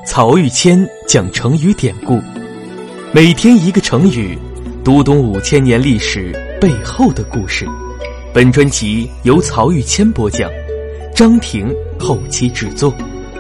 曹玉谦讲成语典故，每天一个成语，读懂5000年历史背后的故事。本专辑由曹玉谦播讲，张婷后期制作。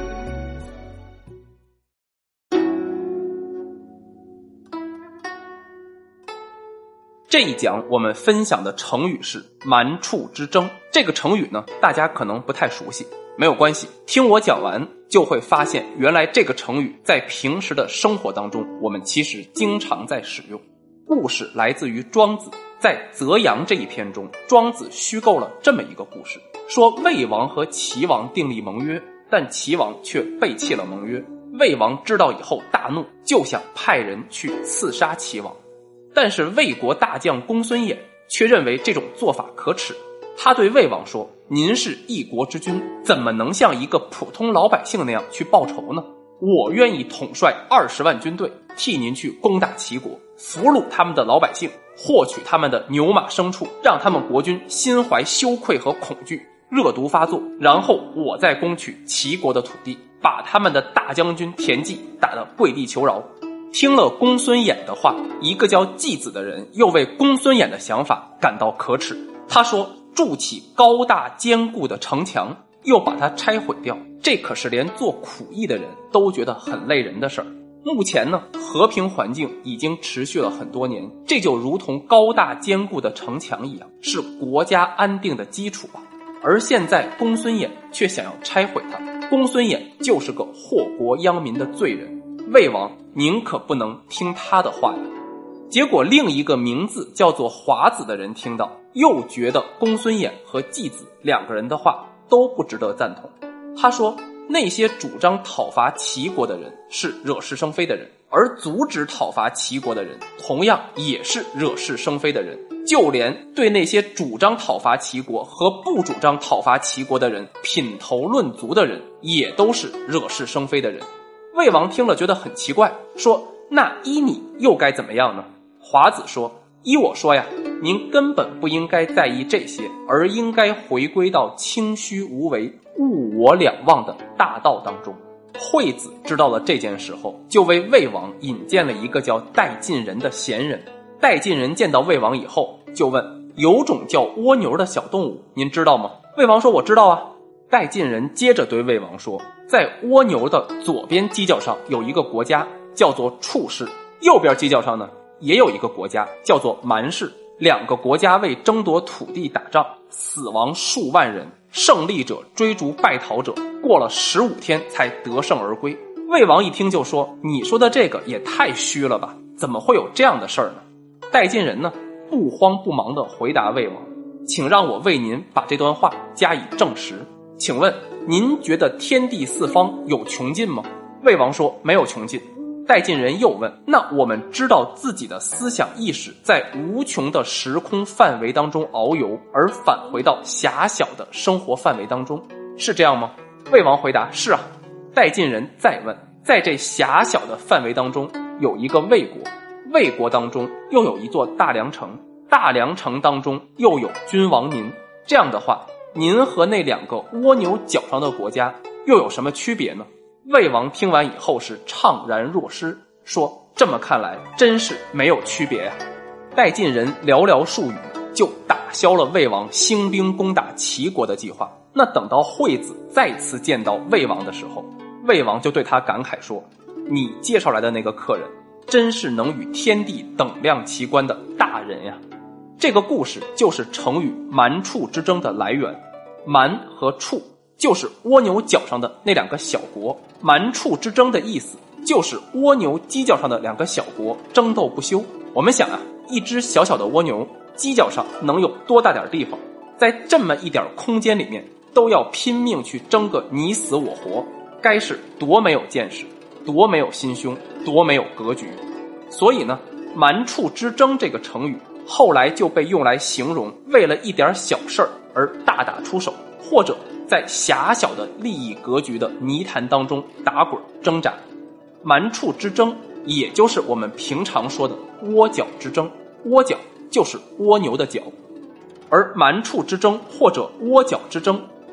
这一讲我们分享的成语是蛮处之争。这个成语呢，大家可能不太熟悉，没有关系，听我讲完就会发现，原来这个成语在平时的生活当中，我们其实经常在使用。故事来自于庄子，在泽阳这一篇中，庄子虚构了这么一个故事，说魏王和齐王订立盟约，但齐王却背弃了盟约。魏王知道以后大怒，就想派人去刺杀齐王。但是魏国大将公孙衍却认为这种做法可耻，他对魏王说，您是一国之君，怎么能像一个普通老百姓那样去报仇呢？我愿意统帅20万军队，替您去攻打齐国，俘虏他们的老百姓，获取他们的牛马牲畜，让他们国君心怀羞愧和恐惧，热毒发作，然后我再攻取齐国的土地，把他们的大将军田忌打得跪地求饶。听了公孙衍的话，一个叫季子的人又为公孙衍的想法感到可耻。他说，筑起高大坚固的城墙，又把它拆毁掉，这可是连做苦役的人都觉得很累人的事儿。目前呢，和平环境已经持续了很多年，这就如同高大坚固的城墙一样，是国家安定的基础吧。而现在公孙衍却想要拆毁它，公孙衍就是个祸国殃民的罪人，魏王您可不能听他的话呀。结果另一个名字叫做华子的人听到，又觉得公孙衍和季子两个人的话都不值得赞同。他说，那些主张讨伐齐国的人是惹是生非的人，而阻止讨伐齐国的人同样也是惹是生非的人，就连对那些主张讨伐齐国和不主张讨伐齐国的人品头论足的人也都是惹是生非的人。魏王听了觉得很奇怪，说，那依你又该怎么样呢？华子说，依我说呀，您根本不应该在意这些，而应该回归到清虚无为、物我两忘的大道当中。惠子知道了这件事后，就为魏王引荐了一个叫戴晋人的贤人。戴晋人见到魏王以后就问，有种叫蜗牛的小动物您知道吗？魏王说，我知道啊。戴晋人接着对魏王说，在蜗牛的左边犄角上有一个国家叫做处氏，右边犄角上呢也有一个国家叫做蛮氏，两个国家为争夺土地打仗，死亡数万人，胜利者追逐败逃者，过了15天才得胜而归。魏王一听就说，你说的这个也太虚了吧，怎么会有这样的事儿呢？戴晋人呢不慌不忙地回答魏王，请让我为您把这段话加以证实。请问您觉得天地四方有穷尽吗？魏王说，没有穷尽。戴晋人又问，那我们知道自己的思想意识在无穷的时空范围当中遨游，而返回到狭小的生活范围当中，是这样吗？魏王回答，是啊。戴晋人再问，在这狭小的范围当中有一个魏国，魏国当中又有一座大梁城，大梁城当中又有君王您，这样的话，您和那两个蜗牛角上的国家又有什么区别呢？魏王听完以后是怅然若失，说，这么看来真是没有区别呀。戴晋人寥寥数语就打消了魏王兴兵攻打齐国的计划。那等到惠子再次见到魏王的时候，魏王就对他感慨说，你介绍来的那个客人真是能与天地等量齐观的大人呀。这个故事就是成语蛮处之争的来源。蛮和处就是蜗牛角上的那两个小国，蛮处之争的意思就是蜗牛犄角上的两个小国争斗不休。我们想啊，一只小小的蜗牛犄角上能有多大点地方，在这么一点空间里面都要拼命去争个你死我活，该是多没有见识，多没有心胸，多没有格局。所以呢，蛮处之争这个成语后来就被用来形容为了一点小事儿而大打出手，或者在狭小的利益格局的泥潭当中打滚挣扎。蛮处之争也就是我们平常说的窝角之争，窝角就是蜗牛的角。而蛮处之争或者窝角之争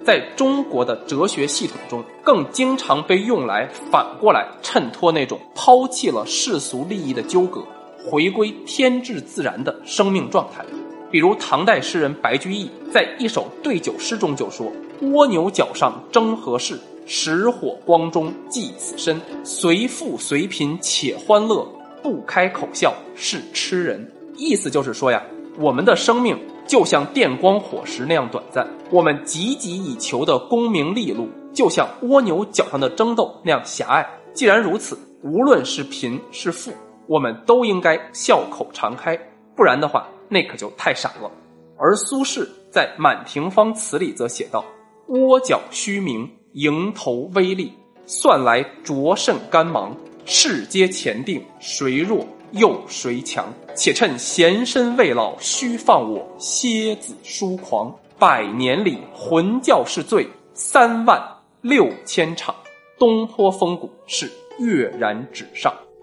在中国的哲学系统中，更经常被用来反过来衬托那种抛弃了世俗利益的纠葛，回归天至自然的生命状态。比如唐代诗人白居易在一首对酒诗中就说：蜗牛角上争何事，石火光中寄此身，随富随贫且欢乐，不开口笑是痴人。意思就是说呀，我们的生命就像电光火石那样短暂，我们汲汲以求的功名利禄就像蜗牛角上的争斗那样狭隘。既然如此，无论是贫是富，我们都应该笑口常开，不然的话那可就太傻了。而苏轼在《满庭芳词》里则写道：窝角虚名，迎头微利，算来着甚干忙，世皆前定，谁弱又谁强？且趁闲身未老，须放我蝎子疏狂。100年里浑教是罪，36000场。东坡风骨是跃然纸上。